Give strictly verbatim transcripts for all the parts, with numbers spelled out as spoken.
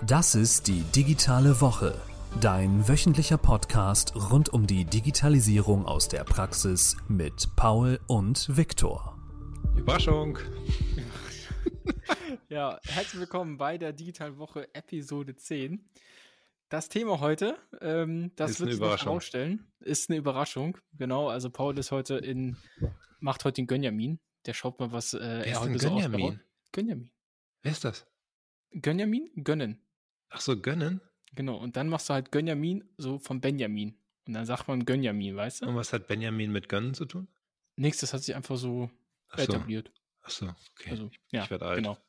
Das ist die digitale Woche, dein wöchentlicher Podcast rund um die Digitalisierung aus der Praxis mit Paul und Viktor. Überraschung! Ja, herzlich willkommen bei der digitalen Woche Episode zehn. Das Thema heute, ähm, das Ist wird eine sich noch Überraschung. herausstellen, ist eine Überraschung. Genau, also Paul ist heute in, macht heute den Gönjamin. Der schaut mal, was äh, Wer er ist heute denn so Gönjamin? ausgehauen. Gönjamin. Wer ist das? Gönjamin? Gönnen. Ach so, gönnen? Genau, und dann machst du halt Gönjamin so von Benjamin. Und dann sagt man Gönjamin, weißt du? Und was hat Benjamin mit gönnen zu tun? Nix, das hat sich einfach so Ach so, etabliert. ach so, okay. Also, ich ja, werde alt. genau.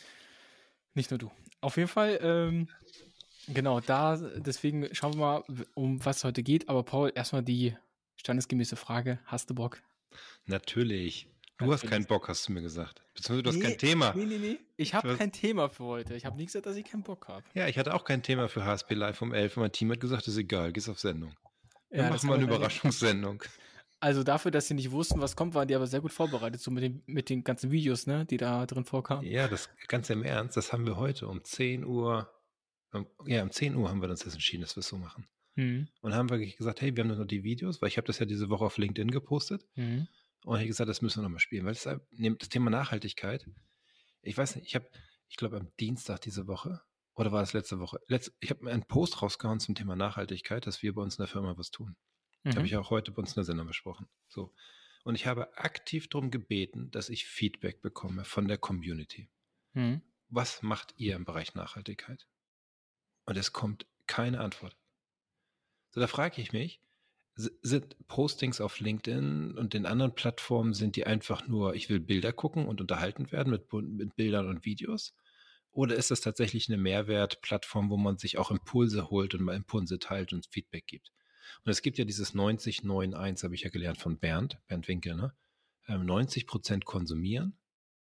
Nicht nur du. Auf jeden Fall, ähm, genau, da, deswegen schauen wir mal, um was es heute geht. Aber Paul, erstmal die standesgemäße Frage, hast du Bock? Natürlich. Du Natürlich. hast keinen Bock, hast du mir gesagt. Beziehungsweise du hast Nee, kein Thema. Nee, nee, nee. Ich habe Was? kein Thema für heute. Ich habe nie gesagt, dass ich keinen Bock habe. Ja, ich hatte auch kein Thema für H S P Live um elf und mein Team hat gesagt, ist egal, gehst auf Sendung. Dann Ja, das machen wir eine haben wir- Überraschungssendung. Also dafür, dass sie nicht wussten, was kommt, waren die aber sehr gut vorbereitet, so mit den, mit den ganzen Videos, ne, die da drin vorkamen. Ja, das ganz im Ernst, das haben wir heute um zehn Uhr, um, ja, um zehn Uhr haben wir uns das entschieden, dass wir es so machen. Mhm. Und haben wir gesagt, hey, wir haben doch noch die Videos, weil ich habe das ja diese Woche auf LinkedIn gepostet. Mhm. Und ich habe gesagt, das müssen wir nochmal spielen, weil das, das Thema Nachhaltigkeit, ich weiß nicht, ich habe, ich glaube am Dienstag diese Woche, oder war das letzte Woche? Letz, ich habe einen Post rausgehauen zum Thema Nachhaltigkeit, dass wir bei uns in der Firma was tun. Mhm. Habe ich auch heute bei uns in der Sendung besprochen. So. Und ich habe aktiv darum gebeten, dass ich Feedback bekomme von der Community. Mhm. Was macht ihr im Bereich Nachhaltigkeit? Und es kommt keine Antwort. So, da frage ich mich, sind Postings auf LinkedIn und den anderen Plattformen, sind die einfach nur, ich will Bilder gucken und unterhalten werden mit, mit Bildern und Videos? Oder ist das tatsächlich eine Mehrwertplattform, wo man sich auch Impulse holt und mal Impulse teilt und Feedback gibt? Und es gibt ja dieses neunzig neun eins, habe ich ja gelernt von Bernd, Bernd Winkel, ne? Ähm, neunzig Prozent konsumieren,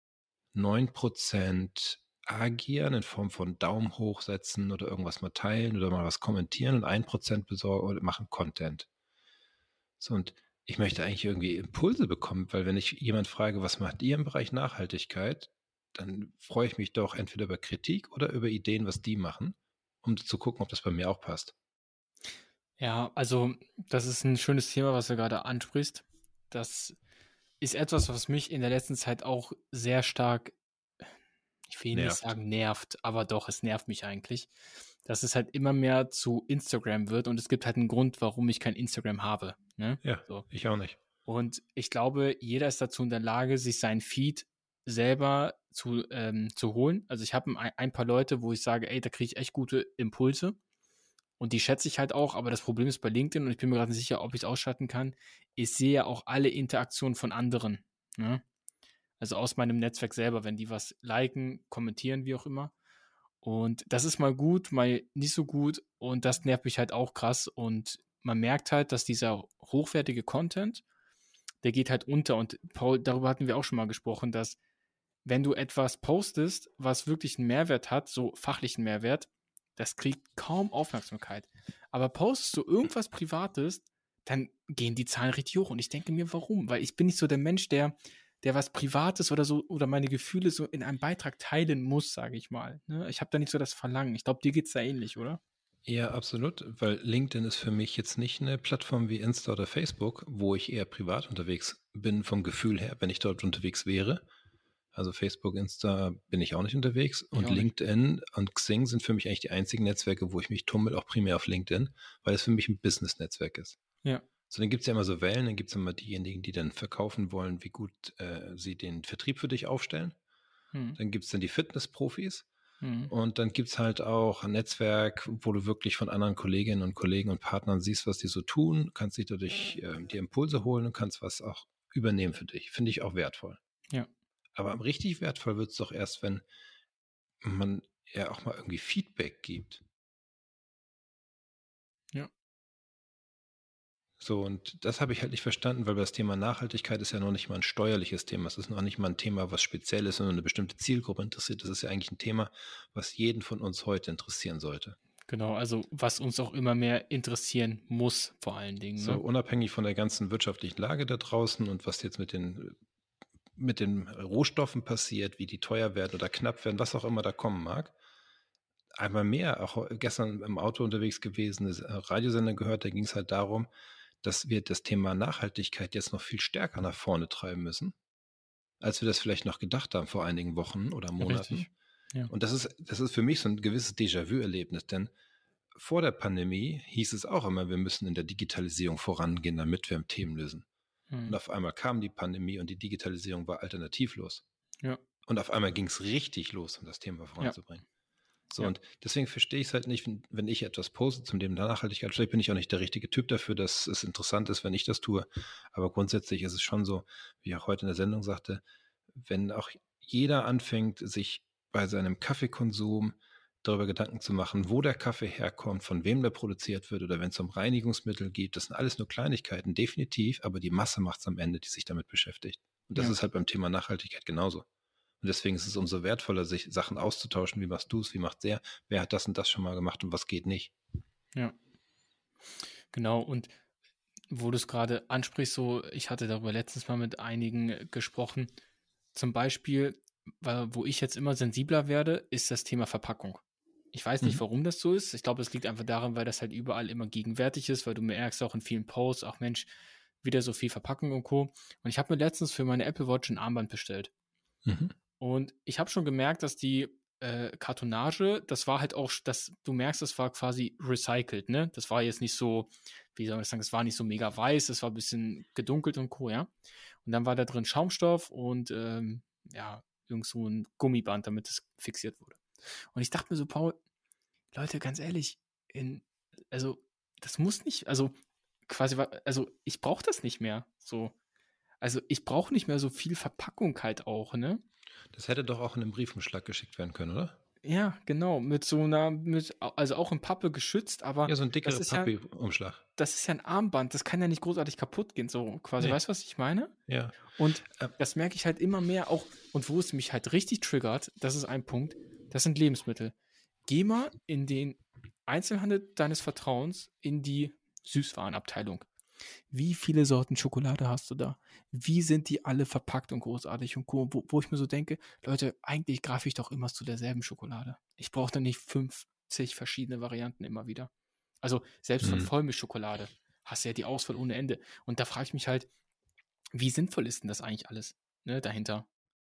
neun Prozent agieren in Form von Daumen hochsetzen oder irgendwas mal teilen oder mal was kommentieren und ein Prozent besorgen oder machen Content. So, und ich möchte eigentlich irgendwie Impulse bekommen, weil wenn ich jemand frage, was macht ihr im Bereich Nachhaltigkeit, dann freue ich mich doch entweder über Kritik oder über Ideen, was die machen, um zu gucken, ob das bei mir auch passt. Ja, also das ist ein schönes Thema, was du gerade ansprichst. Das ist etwas, was mich in der letzten Zeit auch sehr stark, ich will nicht Nervt. sagen nervt, aber doch, es nervt mich eigentlich, dass es halt immer mehr zu Instagram wird und es gibt halt einen Grund, warum ich kein Instagram habe. Ne? Ja, So. ich auch nicht. Und ich glaube, jeder ist dazu in der Lage, sich seinen Feed selber zu, ähm, zu holen. Also ich habe ein, ein paar Leute, wo ich sage, ey, da kriege ich echt gute Impulse. Und die schätze ich halt auch, aber das Problem ist bei LinkedIn, und ich bin mir gerade nicht sicher, ob ich es ausschalten kann, ich sehe ja auch alle Interaktionen von anderen. Ne? Also aus meinem Netzwerk selber, wenn die was liken, kommentieren, wie auch immer. Und das ist mal gut, mal nicht so gut. Und das nervt mich halt auch krass. Und man merkt halt, dass dieser hochwertige Content, der geht halt unter. Und Paul, darüber hatten wir auch schon mal gesprochen, dass wenn du etwas postest, was wirklich einen Mehrwert hat, so fachlichen Mehrwert, das kriegt kaum Aufmerksamkeit. Aber postest du irgendwas Privates, dann gehen die Zahlen richtig hoch. Und ich denke mir, warum? Weil ich bin nicht so der Mensch, der, der was Privates oder so oder meine Gefühle so in einem Beitrag teilen muss, sage ich mal. Ne? Ich habe da nicht so das Verlangen. Ich glaube, dir geht's da ähnlich, oder? Ja, absolut, weil LinkedIn ist für mich jetzt nicht eine Plattform wie Insta oder Facebook, wo ich eher privat unterwegs bin vom Gefühl her, wenn ich dort unterwegs wäre. Also Facebook, Insta bin ich auch nicht unterwegs. Und auch nicht. LinkedIn und Xing sind für mich eigentlich die einzigen Netzwerke, wo ich mich tummel, auch primär auf LinkedIn, weil es für mich ein Business-Netzwerk ist. Ja. So, dann gibt es ja immer so Wellen, dann gibt es immer diejenigen, die dann verkaufen wollen, wie gut äh, sie den Vertrieb für dich aufstellen. Hm. Dann gibt es dann die Fitness-Profis. Hm. Und dann gibt es halt auch ein Netzwerk, wo du wirklich von anderen Kolleginnen und Kollegen und Partnern siehst, was die so tun, kannst dich dadurch äh, die Impulse holen und kannst was auch übernehmen für dich. Finde ich auch wertvoll. Ja. Aber richtig wertvoll wird es doch erst, wenn man ja auch mal irgendwie Feedback gibt. Ja. So, und das habe ich halt nicht verstanden, weil das Thema Nachhaltigkeit ist ja noch nicht mal ein steuerliches Thema. Es ist noch nicht mal ein Thema, was speziell ist, sondern eine bestimmte Zielgruppe interessiert. Das ist ja eigentlich ein Thema, was jeden von uns heute interessieren sollte. Genau, also was uns auch immer mehr interessieren muss, vor allen Dingen. So, Ne? unabhängig von der ganzen wirtschaftlichen Lage da draußen und was jetzt mit den, mit den Rohstoffen passiert, wie die teuer werden oder knapp werden, was auch immer da kommen mag. einmal mehr, auch gestern im Auto unterwegs gewesen, das Radiosender gehört, da ging es halt darum, dass wir das Thema Nachhaltigkeit jetzt noch viel stärker nach vorne treiben müssen, als wir das vielleicht noch gedacht haben vor einigen Wochen oder Monaten. Richtig. Ja. Und das ist, das ist für mich so ein gewisses Déjà-vu-Erlebnis, denn vor der Pandemie hieß es auch immer, wir müssen in der Digitalisierung vorangehen, damit wir Themen lösen. Hm. Und auf einmal kam die Pandemie und die Digitalisierung war alternativlos. Ja. Und auf einmal ging es richtig los, um das Thema voranzubringen. Ja. So, Ja. und deswegen verstehe ich es halt nicht, wenn, wenn ich etwas poste zum Thema Nachhaltigkeit. Vielleicht bin ich auch nicht der richtige Typ dafür, dass es interessant ist, wenn ich das tue. Aber grundsätzlich ist es schon so, wie ich auch heute in der Sendung sagte, wenn auch jeder anfängt, sich bei seinem Kaffeekonsum darüber Gedanken zu machen, wo der Kaffee herkommt, von wem der produziert wird oder wenn es um Reinigungsmittel geht, das sind alles nur Kleinigkeiten, definitiv, aber die Masse macht es am Ende, die sich damit beschäftigt. Und das Ja. ist halt beim Thema Nachhaltigkeit genauso. Und deswegen ist es umso wertvoller, sich Sachen auszutauschen. Wie machst du es? Wie macht der? Wer hat das und das schon mal gemacht und was geht nicht? Ja. Genau. Und wo du es gerade ansprichst, so, ich hatte darüber letztens mal mit einigen gesprochen. Zum Beispiel, wo ich jetzt immer sensibler werde, ist das Thema Verpackung. Ich weiß nicht, Mhm. warum das so ist. Ich glaube, es liegt einfach daran, weil das halt überall immer gegenwärtig ist, weil du merkst auch in vielen Posts, ach Mensch, wieder so viel Verpackung und Co. Und ich habe mir letztens für meine Apple Watch ein Armband bestellt. Mhm. Und ich habe schon gemerkt, dass die äh, Kartonage, das war halt auch, das, du merkst, das war quasi recycelt, ne? Das war jetzt nicht so, wie soll man das sagen, das war nicht so mega weiß, das war ein bisschen gedunkelt und Co., ja? Und dann war da drin Schaumstoff und ähm, ja, irgend so ein Gummiband, damit es fixiert wurde. Und ich dachte mir so, Paul, Leute, ganz ehrlich, in, also das muss nicht, also quasi, also ich brauche das nicht mehr, so. Also ich brauche nicht mehr so viel Verpackung halt auch, ne? Das hätte doch auch in einem Briefumschlag geschickt werden können, oder? Ja, genau, mit so einer, mit, also auch in Pappe geschützt, aber Ja, so ein dickerer das ist ja, Papier-Umschlag. das ist ja ein Armband, das kann ja nicht großartig kaputt gehen, so quasi, Nee. weißt du, was ich meine? Ja. Und Äh, das merke ich halt immer mehr auch, und wo es mich halt richtig triggert, das ist ein Punkt, das sind Lebensmittel. Geh mal in den Einzelhandel deines Vertrauens in die Süßwarenabteilung. Wie viele Sorten Schokolade hast du da? Wie sind die alle verpackt und großartig und cool? Wo, wo ich mir so denke, Leute, eigentlich greife ich doch immer zu derselben Schokolade. Ich brauche da nicht fünfzig verschiedene Varianten immer wieder. Also selbst von Mhm. Vollmilchschokolade hast du ja die Auswahl ohne Ende. Und da frage ich mich halt, wie sinnvoll ist denn das eigentlich alles, ne, dahinter?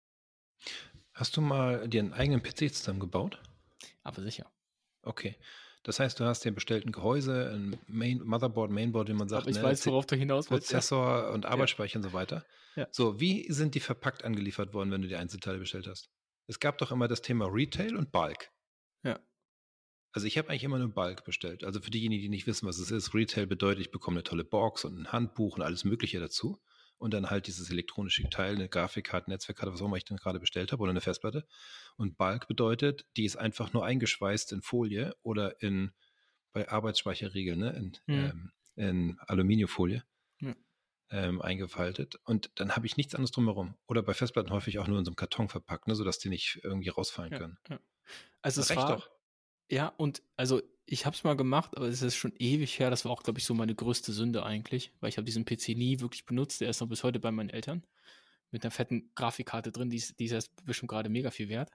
Hast du mal dir einen eigenen P C zusammengebaut? Aber sicher. Okay. Das heißt, du hast dir bestellt ein Gehäuse, ein Main, Motherboard, Mainboard, wie man sagt, Aber ich ne? weiß, Z- worauf du hinaus willst. Ja. Prozessor und Arbeitsspeicher und so weiter. Ja. So, wie sind die verpackt angeliefert worden, wenn du die Einzelteile bestellt hast? Es gab doch immer das Thema Retail und Bulk. Ja. Also ich habe eigentlich immer nur Bulk bestellt. Also für diejenigen, die nicht wissen, was es ist, Retail bedeutet, ich bekomme eine tolle Box und ein Handbuch und alles Mögliche dazu. Und dann halt dieses elektronische Teil, eine Grafikkarte, Netzwerkkarte, was auch immer ich dann gerade bestellt habe oder eine Festplatte. Und Bulk bedeutet, die ist einfach nur eingeschweißt in Folie oder in, bei Arbeitsspeicherriegeln, ne, in, Mhm. ähm, in Aluminiumfolie Ja. ähm, eingefaltet. Und dann habe ich nichts anderes drumherum. Oder bei Festplatten häufig auch nur in so einem Karton verpackt, ne, sodass die nicht irgendwie rausfallen Ja. können. Ja. Also es Reicht war, doch. ja, und also ich habe es mal gemacht, aber es ist schon ewig her. Das war auch, glaube ich, so meine größte Sünde eigentlich, weil ich habe diesen P C nie wirklich benutzt. Der ist noch bis heute bei meinen Eltern mit einer fetten Grafikkarte drin. Die ist, die ist jetzt bestimmt gerade mega viel wert.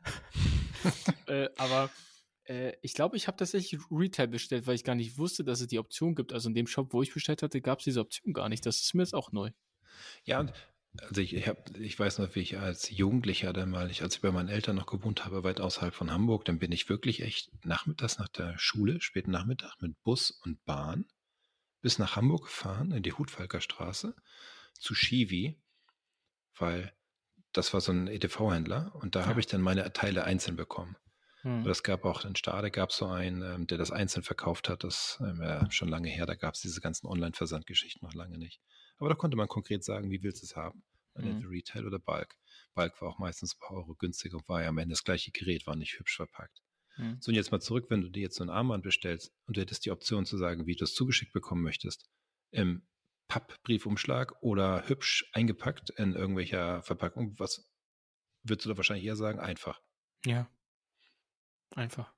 äh, aber äh, ich glaube, ich habe tatsächlich Retail bestellt, weil ich gar nicht wusste, dass es die Option gibt. Also in dem Shop, wo ich bestellt hatte, gab es diese Option gar nicht. Das ist mir jetzt auch neu. Ja, und also ich, ich, hab, ich weiß noch, wie ich als Jugendlicher dann mal, ich, als ich bei meinen Eltern noch gewohnt habe, weit außerhalb von Hamburg, dann bin ich wirklich echt nachmittags nach der Schule, späten Nachmittag mit Bus und Bahn bis nach Hamburg gefahren, in die Hutfalker Straße, zu Shivi, weil das war so ein E D V-Händler und da Ja. habe ich dann meine Teile einzeln bekommen. Hm. Aber es gab auch in Stade gab es so einen, ähm, der das einzeln verkauft hat, das ähm, ja, schon lange her, da gab es diese ganzen Online-Versandgeschichten noch lange nicht. Aber da konnte man konkret sagen, wie willst du es haben? Mhm. Retail oder Bulk. Bulk war auch meistens ein paar Euro günstiger und war ja am Ende das gleiche Gerät, war nicht hübsch verpackt. Hm. So, und jetzt mal zurück, wenn du dir jetzt so ein Armband bestellst und du hättest die Option zu sagen, wie du es zugeschickt bekommen möchtest, im Pappbriefumschlag oder hübsch eingepackt in irgendwelcher Verpackung, was würdest du da wahrscheinlich eher sagen? Einfach. Ja. Einfach.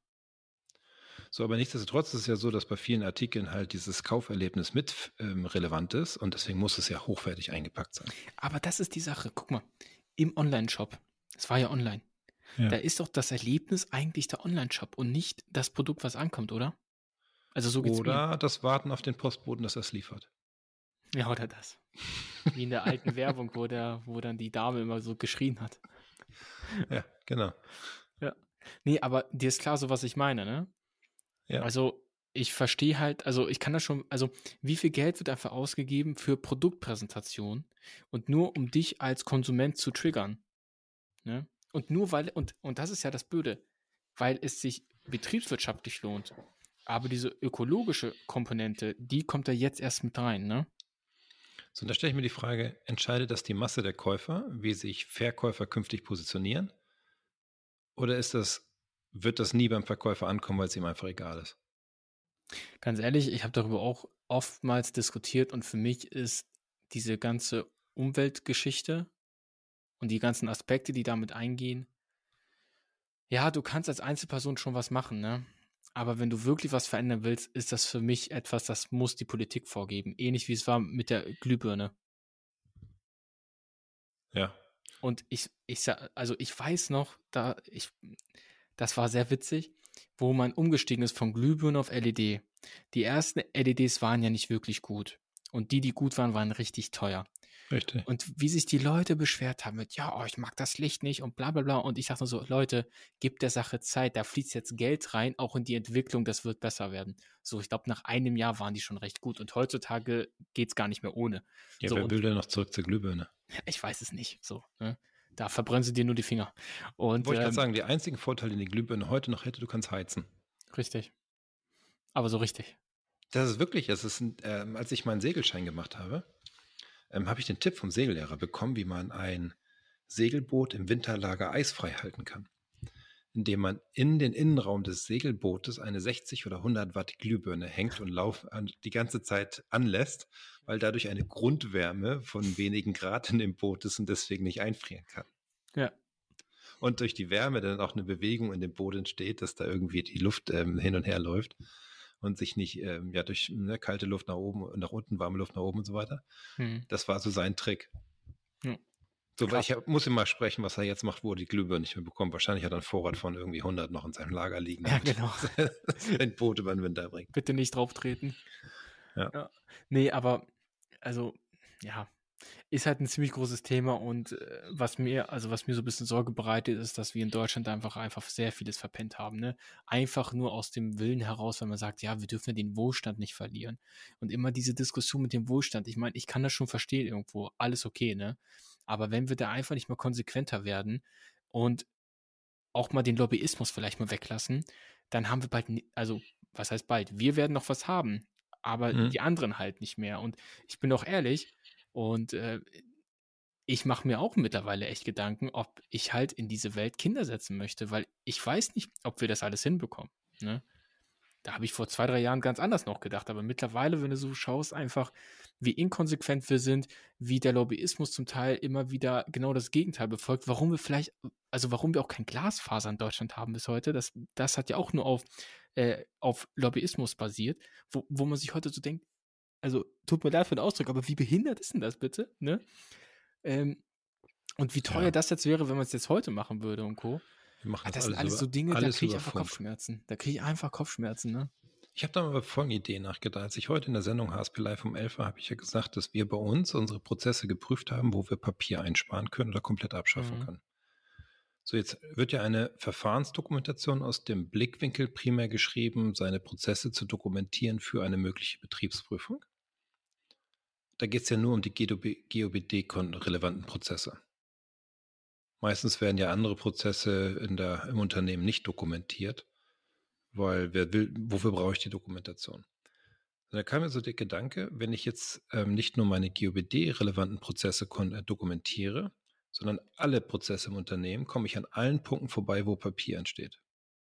So, aber nichtsdestotrotz ist es ja so, dass bei vielen Artikeln halt dieses Kauferlebnis mit ähm, relevant ist und deswegen muss es ja hochwertig eingepackt sein. Aber das ist die Sache. Guck mal, im Online-Shop, es war ja online, Ja. da ist doch das Erlebnis eigentlich der Online-Shop und nicht das Produkt, was ankommt, oder? Also so geht's mir. Oder das Warten auf den Postboten, dass er es liefert. Ja, oder das. Wie in der alten Werbung, wo, der, wo dann die Dame immer so geschrien hat. Ja, genau. Ja. Nee, aber dir ist klar, so was ich meine, ne? Ja. Also ich verstehe halt, also ich kann das schon, also wie viel Geld wird einfach ausgegeben für Produktpräsentation und nur um dich als Konsument zu triggern, ne? Und nur weil, und, und das ist ja das Blöde, weil es sich betriebswirtschaftlich lohnt. Aber diese ökologische Komponente, die kommt da jetzt erst mit rein, ne? So, und da stelle ich mir die Frage, entscheidet das die Masse der Käufer, wie sich Verkäufer künftig positionieren? Oder ist das, wird das nie beim Verkäufer ankommen, weil es ihm einfach egal ist? Ganz ehrlich, ich habe darüber auch oftmals diskutiert und für mich ist diese ganze Umweltgeschichte und die ganzen Aspekte, die damit eingehen, ja, du kannst als Einzelperson schon was machen, ne? Aber wenn du wirklich was verändern willst, ist das für mich etwas, das muss die Politik vorgeben. Ähnlich wie es war mit der Glühbirne. Ja. Und ich, ich sa- also ich weiß noch, da ich, das war sehr witzig, wo man umgestiegen ist von Glühbirne auf L E D. Die ersten L E Ds waren ja nicht wirklich gut. Und die, die gut waren, waren richtig teuer. Richtig. Und wie sich die Leute beschwert haben mit, ja, oh, ich mag das Licht nicht und bla bla bla. Und ich dachte nur so, Leute, gebt der Sache Zeit, da fließt jetzt Geld rein, auch in die Entwicklung, das wird besser werden. So, ich glaube, nach einem Jahr waren die schon recht gut. Und heutzutage geht es gar nicht mehr ohne. Ja, so, wer und will denn noch zurück zur Glühbirne? ich weiß es nicht. So, ne? Da verbrennen sie dir nur die Finger. Und Wollte ich gerade ähm, sagen, die einzigen Vorteile, die die Glühbirne heute noch hätte, du kannst heizen. richtig. Aber so richtig. Das ist wirklich, das ist, ein, ähm, als ich meinen Segelschein gemacht habe, ähm, habe ich den Tipp vom Segellehrer bekommen, wie man ein Segelboot im Winterlager eisfrei halten kann. Indem man in den Innenraum des Segelbootes eine sechzig oder hundert Watt Glühbirne hängt und lauf, an, die ganze Zeit anlässt, weil dadurch eine Grundwärme von wenigen Grad in dem Boot ist und deswegen nicht einfrieren kann. Ja. Und durch die Wärme dann auch eine Bewegung in dem Boot entsteht, dass da irgendwie die Luft ähm, hin und her läuft und sich nicht ähm, ja durch ne, kalte Luft nach oben und nach unten, warme Luft nach oben und so weiter. Hm. Das war so sein Trick. Ja. So, weil Krass. ich hab, muss ihm mal sprechen, was er jetzt macht, wo er die Glühbirne nicht mehr bekommt. Wahrscheinlich hat er einen Vorrat von irgendwie hundert noch in seinem Lager liegen. Ja, genau. Ein Boot über den Winter bringt. Bitte nicht drauf treten. Ja. Ja. Nee, aber, also, ja, ist halt ein ziemlich großes Thema und äh, was mir, also was mir so ein bisschen Sorge bereitet, ist, dass wir in Deutschland einfach einfach sehr vieles verpennt haben, ne? Einfach nur aus dem Willen heraus, wenn man sagt, ja, wir dürfen ja den Wohlstand nicht verlieren. Und immer diese Diskussion mit dem Wohlstand, ich meine, ich kann das schon verstehen irgendwo, alles okay, ne? Aber wenn wir da einfach nicht mal konsequenter werden und auch mal den Lobbyismus vielleicht mal weglassen, dann haben wir bald, ni- also was heißt bald? Wir werden noch was haben, aber Mhm. die anderen halt nicht mehr. Und ich bin auch ehrlich und äh, ich mache mir auch mittlerweile echt Gedanken, ob ich halt in diese Welt Kinder setzen möchte, weil ich weiß nicht, ob wir das alles hinbekommen. Ne? Da habe ich vor zwei, drei Jahren ganz anders noch gedacht. Aber mittlerweile, wenn du so schaust, einfach, wie inkonsequent wir sind, wie der Lobbyismus zum Teil immer wieder genau das Gegenteil befolgt, warum wir vielleicht, also warum wir auch kein Glasfaser in Deutschland haben bis heute, das, das hat ja auch nur auf, äh, auf Lobbyismus basiert, wo, wo man sich heute so denkt, also tut mir leid für den Ausdruck, aber wie behindert ist denn das bitte? Ne? Ähm, und wie teuer Ja. das jetzt wäre, wenn man es jetzt heute machen würde und Co. Wir machen Ah, das, das sind alles, alles über, so Dinge, da alles kriege ich über einfach Funk. Kopfschmerzen. Da kriege ich einfach Kopfschmerzen, ne? Ich habe da mal über folgende Idee nachgedacht. Als ich heute in der Sendung H S P Live um elf war, habe ich ja gesagt, dass wir bei uns unsere Prozesse geprüft haben, wo wir Papier einsparen können oder komplett abschaffen Mhm. können. So, jetzt wird ja eine Verfahrensdokumentation aus dem Blickwinkel primär geschrieben, seine Prozesse zu dokumentieren für eine mögliche Betriebsprüfung. Da geht es ja nur um die G O B D-relevanten Prozesse. Meistens werden ja andere Prozesse in der, im Unternehmen nicht dokumentiert, weil wer will, wofür brauche ich die Dokumentation? Und da kam mir so der Gedanke, wenn ich jetzt ähm, nicht nur meine G O B D-relevanten Prozesse kon- äh, dokumentiere, sondern alle Prozesse im Unternehmen, komme ich an allen Punkten vorbei, wo Papier entsteht.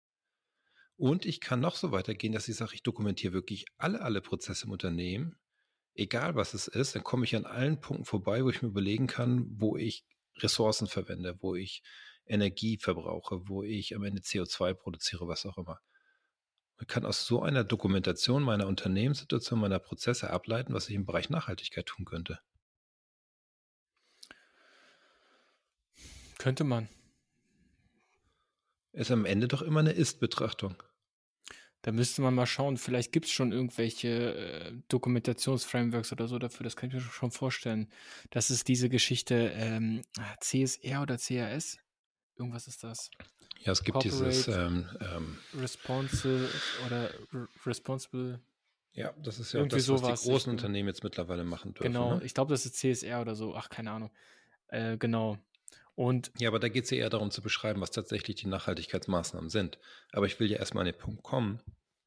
Und ich kann noch so weitergehen, dass ich sage, ich dokumentiere wirklich alle, alle Prozesse im Unternehmen, egal was es ist, dann komme ich an allen Punkten vorbei, wo ich mir überlegen kann, wo ich Ressourcen verwende, wo ich Energie verbrauche, wo ich am Ende C O zwei produziere, was auch immer. Man kann aus so einer Dokumentation meiner Unternehmenssituation, meiner Prozesse ableiten, was ich im Bereich Nachhaltigkeit tun könnte. Könnte man. Ist am Ende doch immer eine Ist-Betrachtung. Da müsste man mal schauen, vielleicht gibt es schon irgendwelche äh, Dokumentationsframeworks oder so dafür, das kann ich mir schon vorstellen. Das ist diese Geschichte ähm, C S R oder C R S, irgendwas ist das. Ja, es gibt dieses, Corporate ähm, ähm, Responsible oder re- Responsible, ja, das ist ja auch irgendwie das, was die sowas. großen Ich, Unternehmen jetzt mittlerweile machen dürfen. genau, Ne? ich glaube, das ist C S R oder so, ach, keine Ahnung. Äh, genau. Und Ja, aber da geht es ja eher darum zu beschreiben, was tatsächlich die Nachhaltigkeitsmaßnahmen sind. Aber ich will ja erstmal an den Punkt kommen,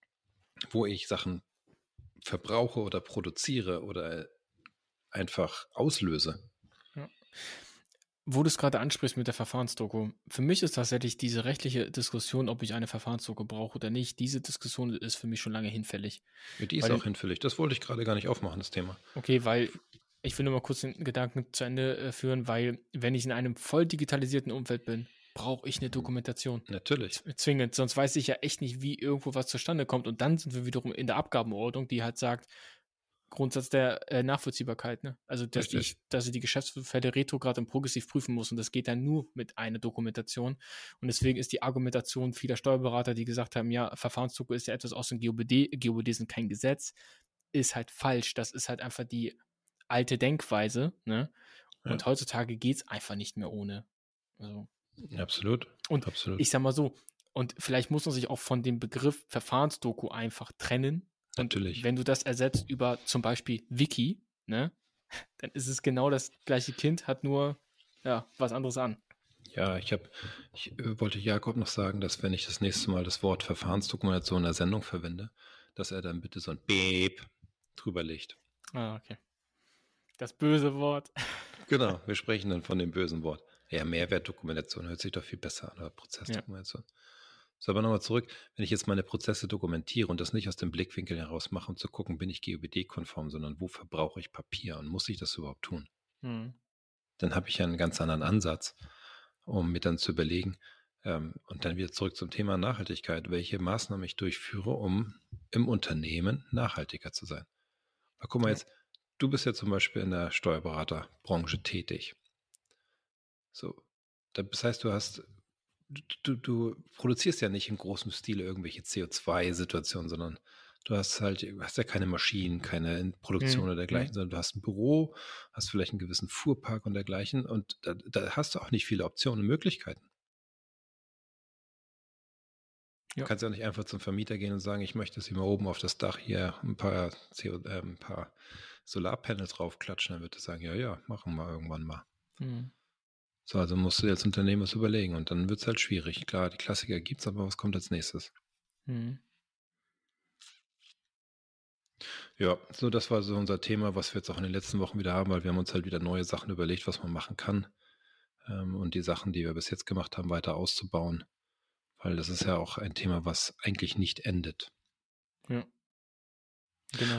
wo ich Sachen verbrauche oder produziere oder einfach auslöse. ja. Wo du es gerade ansprichst mit der Verfahrensdoku, für mich ist tatsächlich diese rechtliche Diskussion, ob ich eine Verfahrensdoku brauche oder nicht, diese Diskussion ist für mich schon lange hinfällig. Ja, die ist Weil, auch hinfällig. Das wollte ich gerade gar nicht aufmachen, das Thema. okay, weil ich will nur mal kurz den Gedanken zu Ende äh, führen, weil wenn ich in einem voll digitalisierten Umfeld bin, brauche ich eine Dokumentation. Natürlich. Z- Zwingend, sonst weiß ich ja echt nicht, wie irgendwo was zustande kommt. Und dann sind wir wiederum in der Abgabenordnung, die halt sagt, Grundsatz der äh, Nachvollziehbarkeit, ne? Also, dass, die, Richtig. dass ich die Geschäftsfälle retrograd und progressiv prüfen muss und das geht dann nur mit einer Dokumentation. Und deswegen ist die Argumentation vieler Steuerberater, die gesagt haben, ja, Verfahrensdoku ist ja etwas aus dem G O B D, G O B D sind kein Gesetz, ist halt falsch. Das ist halt einfach die alte Denkweise, ne? Und Ja. heutzutage geht es einfach nicht mehr ohne. Also, Absolut. und Absolut. ich sag mal so, und vielleicht muss man sich auch von dem Begriff Verfahrensdoku einfach trennen. Und Natürlich. wenn du das ersetzt über zum Beispiel Wiki, ne, dann ist es genau das gleiche Kind, hat nur ja, was anderes an. Ja, ich habe, ich äh, wollte Jakob noch sagen, dass wenn ich das nächste Mal das Wort Verfahrensdokumentation in der Sendung verwende, dass er dann bitte so ein Beep drüber legt. Ah, okay. Das böse Wort. Genau, wir sprechen dann von dem bösen Wort. Ja, Mehrwertdokumentation hört sich doch viel besser an, oder Prozessdokumentation. Ja. So, aber nochmal zurück, wenn ich jetzt meine Prozesse dokumentiere und das nicht aus dem Blickwinkel heraus mache, um zu gucken, bin ich G O B D-konform, sondern wo verbrauche ich Papier und muss ich das überhaupt tun? Hm. Dann habe ich ja einen ganz anderen Ansatz, um mir dann zu überlegen, ähm, und dann wieder zurück zum Thema Nachhaltigkeit, welche Maßnahmen ich durchführe, um im Unternehmen nachhaltiger zu sein. Aber guck mal Ja. jetzt, du bist ja zum Beispiel in der Steuerberaterbranche tätig. So, das heißt, du hast, du, du produzierst ja nicht im großen Stile irgendwelche C O zwei Situationen, sondern du hast halt, du hast ja keine Maschinen, keine Produktion Hm. oder dergleichen, Hm. sondern du hast ein Büro, hast vielleicht einen gewissen Fuhrpark und dergleichen und da, da hast du auch nicht viele Optionen und Möglichkeiten. Ja. Du kannst ja nicht einfach zum Vermieter gehen und sagen, ich möchte, dass sie mal oben auf das Dach hier ein paar, C O, äh, ein paar Solarpanels draufklatschen. Dann wird er sagen, ja, ja, machen wir irgendwann mal. Hm. So, also musst du als Unternehmen was überlegen und dann wird es halt schwierig. Klar, die Klassiker gibt es, aber was kommt als nächstes? Hm. Ja, so das war so unser Thema, was wir jetzt auch in den letzten Wochen wieder haben, weil wir haben uns halt wieder neue Sachen überlegt, was man machen kann ähm, und die Sachen, die wir bis jetzt gemacht haben, weiter auszubauen, weil das ist ja auch ein Thema, was eigentlich nicht endet. Ja. Genau.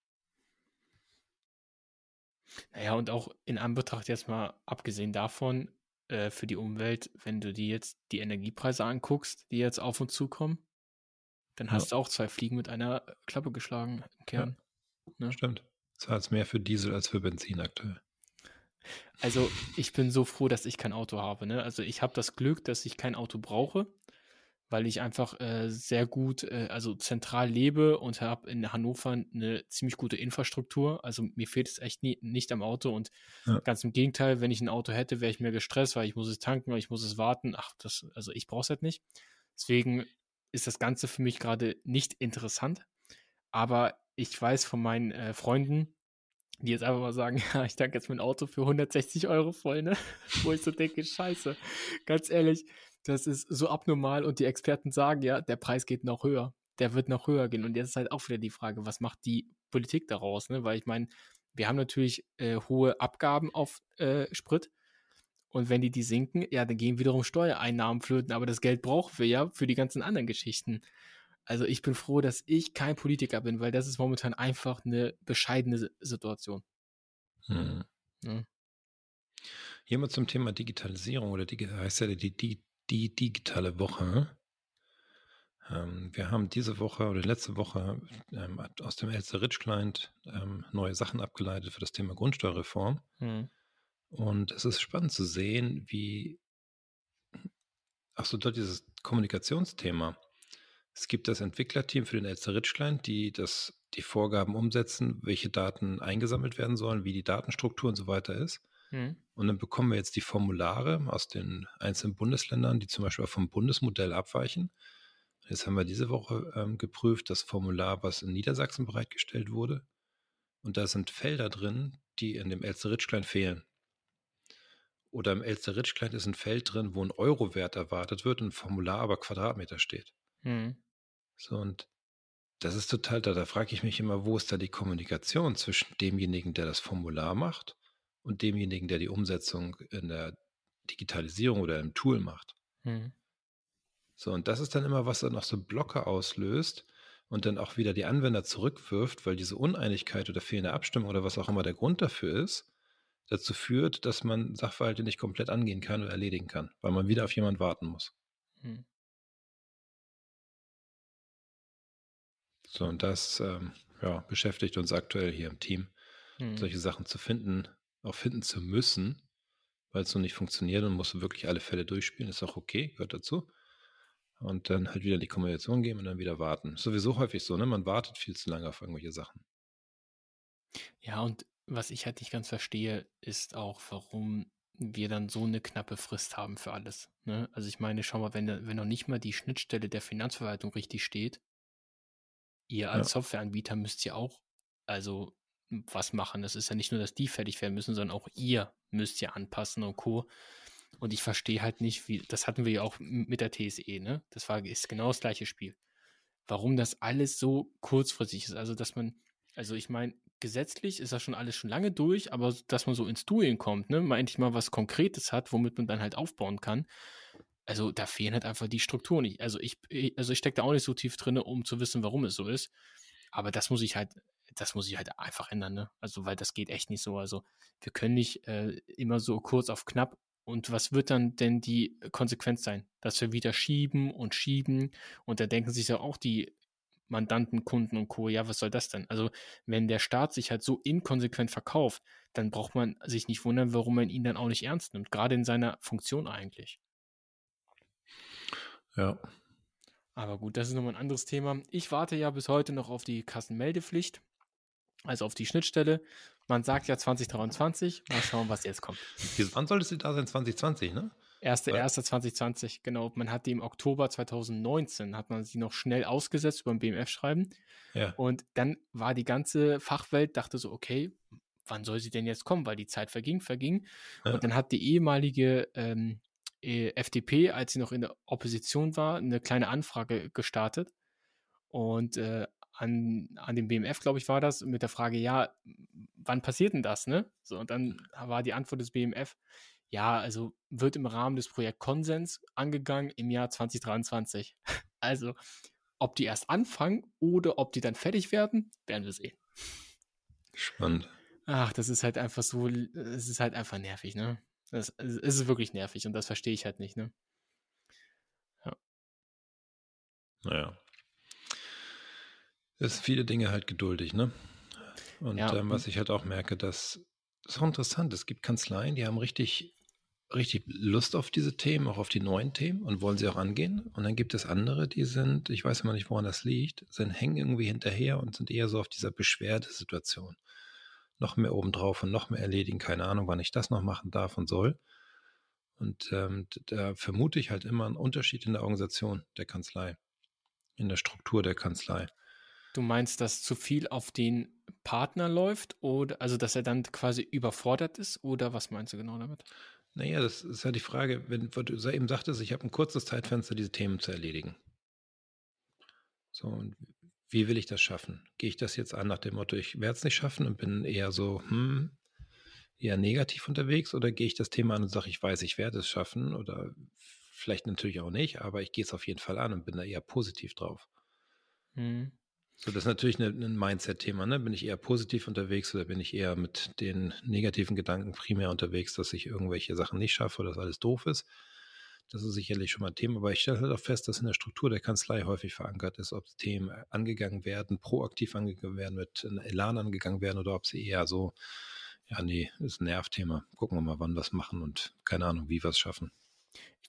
Naja, und auch in Anbetracht jetzt mal abgesehen davon, äh, für die Umwelt, wenn du dir jetzt die Energiepreise anguckst, die jetzt auf uns zukommen, dann hast Ja. du auch zwei Fliegen mit einer Klappe geschlagen im Kern. Ja, ne? stimmt. Zahlst mehr für Diesel als für Benzin aktuell. Also ich bin so froh, dass ich kein Auto habe. Ne? Also ich habe das Glück, dass ich kein Auto brauche, weil ich einfach äh, sehr gut, äh, also zentral lebe und habe in Hannover eine ziemlich gute Infrastruktur. Also mir fehlt es echt nie, nicht am Auto und Ja. ganz im Gegenteil, wenn ich ein Auto hätte, wäre ich mehr gestresst, weil ich muss es tanken, weil ich muss es warten. Ach, das, also ich brauche es halt nicht. Deswegen ist das Ganze für mich gerade nicht interessant. Aber ich weiß von meinen äh, Freunden, die jetzt einfach mal sagen, ja, ich tanke jetzt mein Auto für hundertsechzig Euro voll, ne? Wo ich so denke, scheiße, ganz ehrlich, das ist so abnormal und die Experten sagen ja, der Preis geht noch höher, der wird noch höher gehen und jetzt ist halt auch wieder die Frage, was macht die Politik daraus, ne? Weil ich meine, wir haben natürlich äh, hohe Abgaben auf äh, Sprit und wenn die die sinken, ja, dann gehen wiederum Steuereinnahmen flöten, aber das Geld brauchen wir ja für die ganzen anderen Geschichten. Also ich bin froh, dass ich kein Politiker bin, weil das ist momentan einfach eine bescheidene Situation. Hm. Ja. Hier mal zum Thema Digitalisierung oder die, heißt ja die, die, die digitale Woche. Ähm, wir haben diese Woche oder letzte Woche ähm, aus dem Elster-Rich-Client ähm, neue Sachen abgeleitet für das Thema Grundsteuerreform. Hm. Und es ist spannend zu sehen, wie Ach so, dort dieses Kommunikationsthema. Es gibt das Entwicklerteam für den Elster-Ridge-Client, die das, die Vorgaben umsetzen, welche Daten eingesammelt werden sollen, wie die Datenstruktur und so weiter ist. Mhm. Und dann bekommen wir jetzt die Formulare aus den einzelnen Bundesländern, die zum Beispiel auch vom Bundesmodell abweichen. Jetzt haben wir diese Woche ähm, geprüft, das Formular, was in Niedersachsen bereitgestellt wurde. Und da sind Felder drin, die in dem Elster-Ridge-Client fehlen. Oder im Elster-Ridge-Client ist ein Feld drin, wo ein Euro-Wert erwartet wird und im Formular aber Quadratmeter steht. Mhm. So, und das ist total, da, da frage ich mich immer, wo ist da die Kommunikation zwischen demjenigen, der das Formular macht und demjenigen, der die Umsetzung in der Digitalisierung oder im Tool macht. Mhm. So, und das ist dann immer, was dann noch so Blocker auslöst und dann auch wieder die Anwender zurückwirft, weil diese Uneinigkeit oder fehlende Abstimmung oder was auch immer der Grund dafür ist, dazu führt, dass man Sachverhalte nicht komplett angehen kann oder erledigen kann, weil man wieder auf jemanden warten muss. Mhm. So, und das ähm, ja, beschäftigt uns aktuell hier im Team, Mhm. solche Sachen zu finden, auch finden zu müssen, weil es so nicht funktioniert und musst du wirklich alle Fälle durchspielen, ist auch okay, gehört dazu. Und dann halt wieder in die Kommunikation gehen und dann wieder warten. Sowieso häufig so, ne? Man wartet viel zu lange auf irgendwelche Sachen. Ja, und was ich halt nicht ganz verstehe, ist auch, warum wir dann so eine knappe Frist haben für alles. Ne? Also ich meine, schau mal, wenn, da- wenn noch nicht mal die Schnittstelle der Finanzverwaltung richtig steht, ihr als Ja. Softwareanbieter müsst ja auch also was machen. Das ist ja nicht nur, dass die fertig werden müssen, sondern auch ihr müsst ja anpassen und Co. Und ich verstehe halt nicht, wie, das hatten wir ja auch m- mit der T S E, ne? Das war, ist genau das gleiche Spiel. Warum das alles so kurzfristig ist. Also, dass man, also ich meine, gesetzlich ist das schon alles schon lange durch, aber dass man so ins Doing kommt, ne, mal endlich mal was Konkretes hat, womit man dann halt aufbauen kann. Also da fehlen halt einfach die Strukturen nicht. Also ich, ich- also ich stecke da auch nicht so tief drin, um zu wissen, warum es so ist. Aber das muss ich halt, das muss ich halt einfach ändern, ne? Also, weil das geht echt nicht so. Also, wir können nicht äh, immer so kurz auf knapp. Und was wird dann denn die Konsequenz sein? Dass wir wieder schieben und schieben und da denken sich ja auch die Mandanten, Kunden und Co., ja, was soll das denn? Also, wenn der Staat sich halt so inkonsequent verkauft, dann braucht man sich nicht wundern, warum man ihn dann auch nicht ernst nimmt, gerade in seiner Funktion eigentlich. Ja. Aber gut, das ist nochmal ein anderes Thema. Ich warte ja bis heute noch auf die Kassenmeldepflicht, also auf die Schnittstelle. Man sagt ja zwanzig dreiundzwanzig. Mal schauen, was jetzt kommt. Bis wann sollte sie da sein? zwanzig zwanzig, ne? erster Weil- erster zweitausendzwanzig, genau. Man hat die im Oktober zweitausendneunzehn, hat man sie noch schnell ausgesetzt über ein B M F-Schreiben. Ja. Und dann war die ganze Fachwelt, dachte so, okay, wann soll sie denn jetzt kommen? Weil die Zeit verging, verging. Ja. Und dann hat die ehemalige ähm, äh, F D P, als sie noch in der Opposition war, eine kleine Anfrage gestartet. Und äh, an, an dem B M F, glaube ich, war das, mit der Frage, ja, wann passiert denn das, ne? So, und dann war die Antwort des B M F, ja, also wird im Rahmen des Projekt Konsens angegangen im Jahr zwanzig dreiundzwanzig. Also, ob die erst anfangen oder ob die dann fertig werden, werden wir sehen. Spannend. Ach, das ist halt einfach so, es ist halt einfach nervig, ne? Das, es ist wirklich nervig und das verstehe ich halt nicht, ne? Naja. Es sind viele Dinge halt geduldig, ne? Und Ja. ähm, was ich halt auch merke, dass das ist auch interessant. Es gibt Kanzleien, die haben richtig, richtig Lust auf diese Themen, auch auf die neuen Themen und wollen sie auch angehen. Und dann gibt es andere, die sind, ich weiß immer nicht, woran das liegt, sind hängen irgendwie hinterher und sind eher so auf dieser Beschwerdesituation. Noch mehr obendrauf und noch mehr erledigen, keine Ahnung, wann ich das noch machen darf und soll. Und ähm, da vermute ich halt immer einen Unterschied in der Organisation der Kanzlei, in der Struktur der Kanzlei. Du meinst, dass zu viel auf den Partner läuft oder also dass er dann quasi überfordert ist oder was meinst du genau damit? Naja, das ist ja die Frage, wenn du eben sagtest, ich habe ein kurzes Zeitfenster, diese Themen zu erledigen. So, und wie will ich das schaffen? Gehe ich das jetzt an nach dem Motto, ich werde es nicht schaffen und bin eher so, hm, eher negativ unterwegs oder gehe ich das Thema an und sage, ich weiß, ich werde es schaffen oder vielleicht natürlich auch nicht, aber ich gehe es auf jeden Fall an und bin da eher positiv drauf. Hm. So, das ist natürlich eine, ein Mindset-Thema, ne? Bin ich eher positiv unterwegs oder bin ich eher mit den negativen Gedanken primär unterwegs, dass ich irgendwelche Sachen nicht schaffe oder dass alles doof ist? Das ist sicherlich schon mal ein Thema, aber ich stelle halt auch fest, dass in der Struktur der Kanzlei häufig verankert ist, ob Themen angegangen werden, proaktiv angegangen werden, mit einem Elan angegangen werden oder ob sie eher so, ja, nee, ist ein Nervthema. Gucken wir mal, wann wir es machen und keine Ahnung, wie wir es schaffen. Ich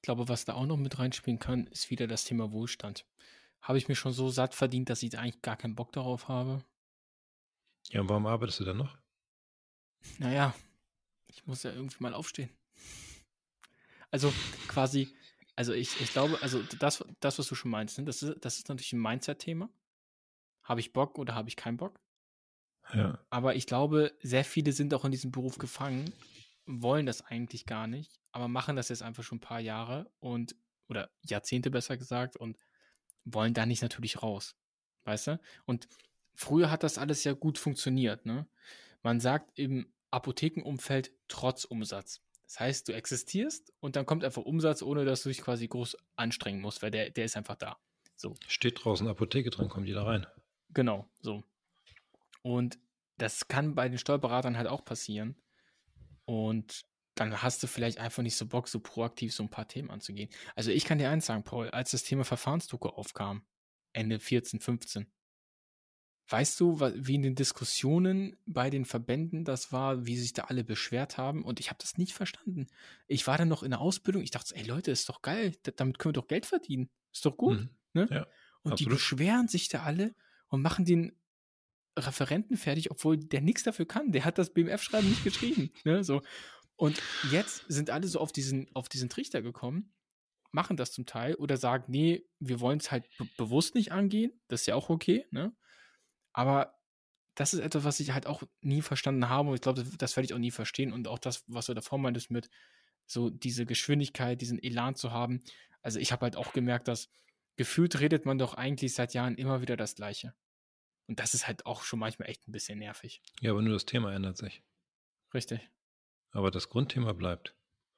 glaube, was da auch noch mit reinspielen kann, ist wieder das Thema Wohlstand. Habe ich mir schon so satt verdient, dass ich da eigentlich gar keinen Bock darauf habe? Ja, und warum arbeitest du dann noch? Naja, ich muss ja irgendwie mal aufstehen. Also quasi, also ich, ich glaube, also das, das, was du schon meinst, ne, das ist, das ist natürlich ein Mindset-Thema. Habe ich Bock oder habe ich keinen Bock? Ja. Aber ich glaube, sehr viele sind auch in diesem Beruf gefangen, wollen das eigentlich gar nicht, aber machen das jetzt einfach schon ein paar Jahre und, oder Jahrzehnte besser gesagt, und wollen da nicht natürlich raus. Weißt du? Und früher hat das alles ja gut funktioniert, ne? Man sagt im Apothekenumfeld trotz Umsatz. Das heißt, du existierst und dann kommt einfach Umsatz, ohne dass du dich quasi groß anstrengen musst, weil der, der ist einfach da. So. Steht draußen Apotheke drin, kommt jeder rein. Genau, so. Und das kann bei den Steuerberatern halt auch passieren. Und dann hast du vielleicht einfach nicht so Bock, so proaktiv so ein paar Themen anzugehen. Also ich kann dir eins sagen, Paul, als das Thema Verfahrensdoku aufkam, Ende vierzehn, fünfzehn, weißt du, wa- wie in den Diskussionen bei den Verbänden das war, wie sich da alle beschwert haben? Und ich habe das nicht verstanden. Ich war dann noch in der Ausbildung, ich dachte, so, ey Leute, ist doch geil, da- damit können wir doch Geld verdienen. Ist doch gut, Mhm. ne? Ja, Und die absolut. beschweren sich da alle und machen den Referenten fertig, obwohl der nichts dafür kann. Der hat das B M F-Schreiben nicht geschrieben. Ne? So. Und jetzt sind alle so auf diesen, auf diesen Trichter gekommen, machen das zum Teil oder sagen, nee, wir wollen es halt be bewusst nicht angehen. Das ist ja auch okay. Ne? Aber das ist etwas, was ich halt auch nie verstanden habe. Und ich glaube, das, das werde ich auch nie verstehen. Und auch das, was du davor meintest mit so diese Geschwindigkeit, diesen Elan zu haben. Also ich habe halt auch gemerkt, dass gefühlt redet man doch eigentlich seit Jahren immer wieder das Gleiche. Und das ist halt auch schon manchmal echt ein bisschen nervig. Ja, aber nur das Thema ändert sich. Richtig. Aber das Grundthema bleibt.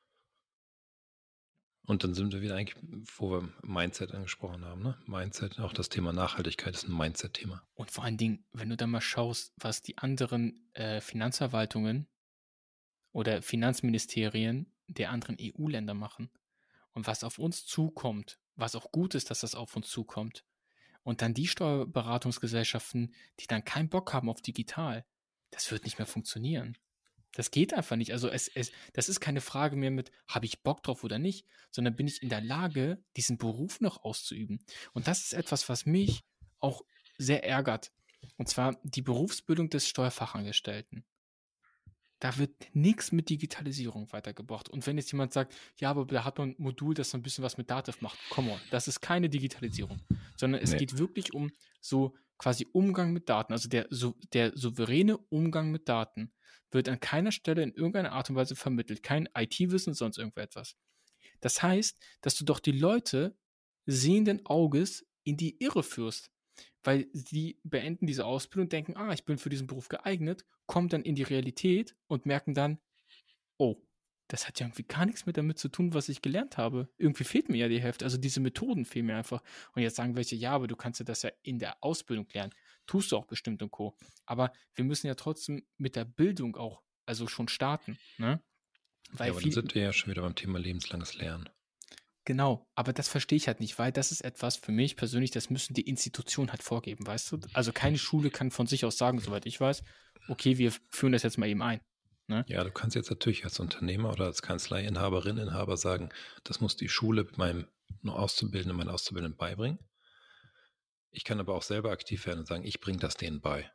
Und dann sind wir wieder eigentlich, wo wir Mindset angesprochen haben, ne? Mindset, auch das Thema Nachhaltigkeit ist ein Mindset-Thema. Und vor allen Dingen, wenn du dann mal schaust, was die anderen äh, Finanzverwaltungen oder Finanzministerien der anderen E U-Länder machen und was auf uns zukommt, was auch gut ist, dass das auf uns zukommt. Und dann die Steuerberatungsgesellschaften, die dann keinen Bock haben auf digital, das wird nicht mehr funktionieren. Das geht einfach nicht. Also es, es, das ist keine Frage mehr mit, habe ich Bock drauf oder nicht, sondern bin ich in der Lage, diesen Beruf noch auszuüben. Und das ist etwas, was mich auch sehr ärgert. Und zwar die Berufsbildung des Steuerfachangestellten. Da wird nichts mit Digitalisierung weitergebracht. Und wenn jetzt jemand sagt, ja, aber da hat man ein Modul, das so ein bisschen was mit Dativ macht, come on, das ist keine Digitalisierung, sondern es Nee. geht wirklich um so quasi Umgang mit Daten. Also der, so, der souveräne Umgang mit Daten wird an keiner Stelle in irgendeiner Art und Weise vermittelt. Kein I T-Wissen, sonst irgendetwas. Das heißt, dass du doch die Leute sehenden Auges in die Irre führst. Weil sie beenden diese Ausbildung und denken, ah, ich bin für diesen Beruf geeignet, kommen dann in die Realität und merken dann, oh, das hat ja irgendwie gar nichts mehr damit zu tun, was ich gelernt habe. Irgendwie fehlt mir ja die Hälfte. Also diese Methoden fehlen mir einfach. Und jetzt sagen welche, ja, aber du kannst ja das ja in der Ausbildung lernen. Tust du auch bestimmt und Co. Aber wir müssen ja trotzdem mit der Bildung auch, also schon starten. Ne? Weil Ja, aber viel, dann sind wir ja schon wieder beim Thema lebenslanges Lernen. Genau, aber das verstehe ich halt nicht, weil das ist etwas für mich persönlich, das müssen die Institutionen halt vorgeben, weißt du? Also keine Schule kann von sich aus sagen, soweit ich weiß, okay, wir führen das jetzt mal eben ein. Ne? Ja, du kannst jetzt natürlich als Unternehmer oder als Kanzleiinhaberin, Inhaber sagen, das muss die Schule meinem Auszubildenden, meinen Auszubildenden beibringen. Ich kann aber auch selber aktiv werden und sagen, ich bringe das denen bei.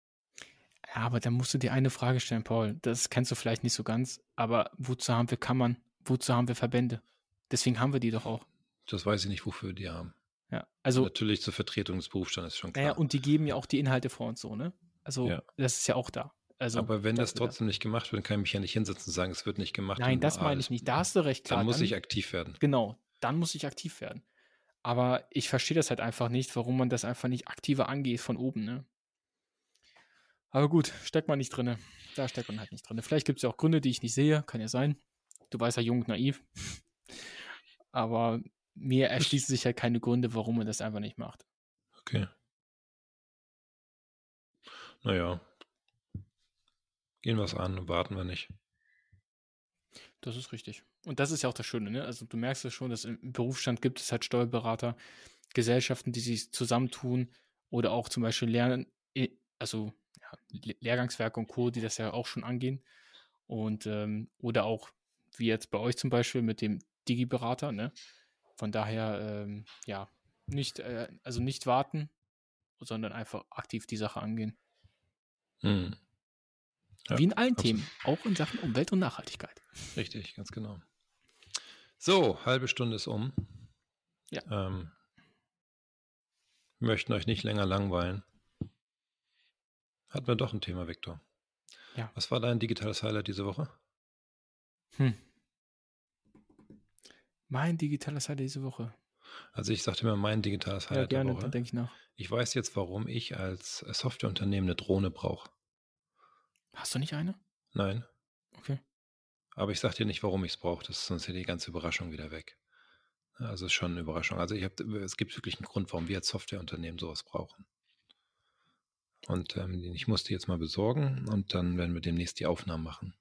Ja, aber dann musst du dir eine Frage stellen, Paul. Das kennst du vielleicht nicht so ganz, aber wozu haben wir Kammern? Wozu haben wir Verbände? Deswegen haben wir die doch auch. Das weiß ich nicht, wofür wir die haben. Ja, also, Natürlich zur Vertretung des Berufsstandes ist schon klar. naja, und die geben ja auch die Inhalte vor und so, ne? Also, Ja. das ist ja auch da. Also, aber wenn das dafür da. trotzdem nicht gemacht wird, dann kann ich mich ja nicht hinsetzen und sagen, es wird nicht gemacht. Nein, und das ah, meine ich nicht. Da hast du recht, klar. Dann muss ich aktiv werden. Genau, dann muss ich aktiv werden. Aber ich verstehe das halt einfach nicht, warum man das einfach nicht aktiver angeht von oben, ne? Aber gut, steckt man nicht drinne. Da steckt man halt nicht drinne. Vielleicht gibt es ja auch Gründe, die ich nicht sehe. Kann ja sein. Du weißt ja, jung und naiv. Aber mir erschließen sich halt keine Gründe, warum man das einfach nicht macht. Okay. Naja. Gehen wir es an, warten wir nicht. Das ist richtig. Und das ist ja auch das Schöne, ne? Also du merkst ja schon, dass im Berufsstand gibt es halt Steuerberater, Gesellschaften, die sich zusammentun oder auch zum Beispiel lernen, also ja, Lehrgangswerke und Co., die das ja auch schon angehen. Und ähm, oder auch, wie jetzt bei euch zum Beispiel mit dem Digi-Berater, ne? Von daher, ähm, ja, nicht, äh, also nicht warten, sondern einfach aktiv die Sache angehen. Hm. Ja, Wie in allen absolut. Themen, auch in Sachen Umwelt und Nachhaltigkeit. Richtig, ganz genau. So, halbe Stunde ist um. Ja. Ähm, wir möchten euch nicht länger langweilen. Hatten wir doch ein Thema, Viktor. Ja. Was war dein digitales Highlight diese Woche? Hm. Mein digitales Highlight diese Woche. Also ich sagte mir mein digitales Highlight Ja, gerne, der Woche. dann denke ich nach. Ich weiß jetzt, warum ich als Softwareunternehmen eine Drohne brauche. Hast du nicht eine? Nein. Okay. Aber ich sage dir nicht, warum ich es brauche. Das ist sonst hier die ganze Überraschung wieder weg. Also es ist schon eine Überraschung. Also ich hab, es gibt wirklich einen Grund, warum wir als Softwareunternehmen sowas brauchen. Und ähm, ich musste jetzt mal besorgen und dann werden wir demnächst die Aufnahmen machen.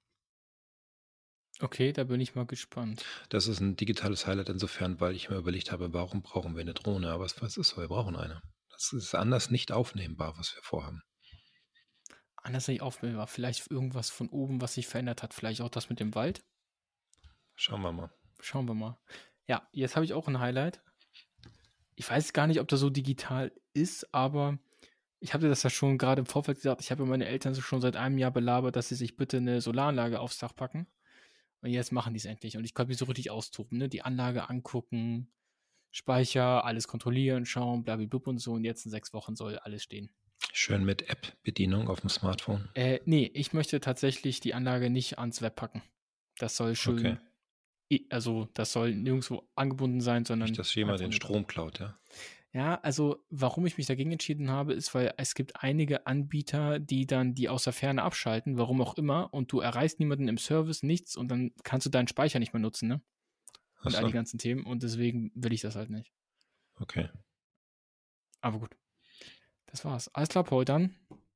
Okay, da bin ich mal gespannt. Das ist ein digitales Highlight insofern, weil ich mir überlegt habe, warum brauchen wir eine Drohne? Aber was, was ist so? Wir brauchen eine. Das ist anders nicht aufnehmbar, was wir vorhaben. Anders nicht aufnehmbar. Vielleicht irgendwas von oben, was sich verändert hat. Vielleicht auch das mit dem Wald. Schauen wir mal. Schauen wir mal. Ja, jetzt habe ich auch ein Highlight. Ich weiß gar nicht, ob das so digital ist, aber ich habe dir das ja schon gerade im Vorfeld gesagt. Ich habe meine Eltern schon seit einem Jahr belabert, dass sie sich bitte eine Solaranlage aufs Dach packen. Und jetzt machen die es endlich. Und ich konnte mich so richtig austoben, ne? Die Anlage angucken, Speicher, alles kontrollieren, schauen, blablabla und so. Und jetzt in sechs Wochen soll alles stehen. Schön mit App-Bedienung auf dem Smartphone. Äh, nee, ich möchte tatsächlich die Anlage nicht ans Web packen. Das soll schön, Okay. i- also das soll nirgendwo angebunden sein, sondern Nicht, dass jemand einfach den nur- Strom klaut, ja? Ja, also warum ich mich dagegen entschieden habe, ist, weil es gibt einige Anbieter, die dann die aus der Ferne abschalten, warum auch immer, und du erreichst niemanden im Service, nichts, und dann kannst du deinen Speicher nicht mehr nutzen, ne? Und all Achso, die ganzen Themen, und deswegen will ich das halt nicht. okay. Aber gut. Das war's. Alles klar, Paul, dann.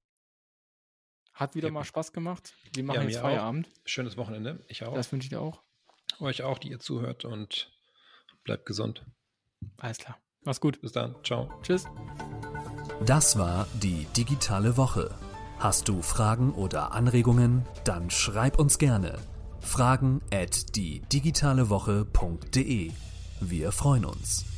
Hat wieder Ja. mal Spaß gemacht. Wir machen Ja, jetzt mir Feierabend. auch. Schönes Wochenende. Ich auch. Das wünsche ich dir auch. Euch auch, die ihr zuhört, und bleibt gesund. Alles klar. Mach's gut. Bis dann. Ciao. Tschüss. Das war die digitale Woche. Hast du Fragen oder Anregungen? Dann schreib uns gerne. Fragen at die digitale woche punkt de. Wir freuen uns.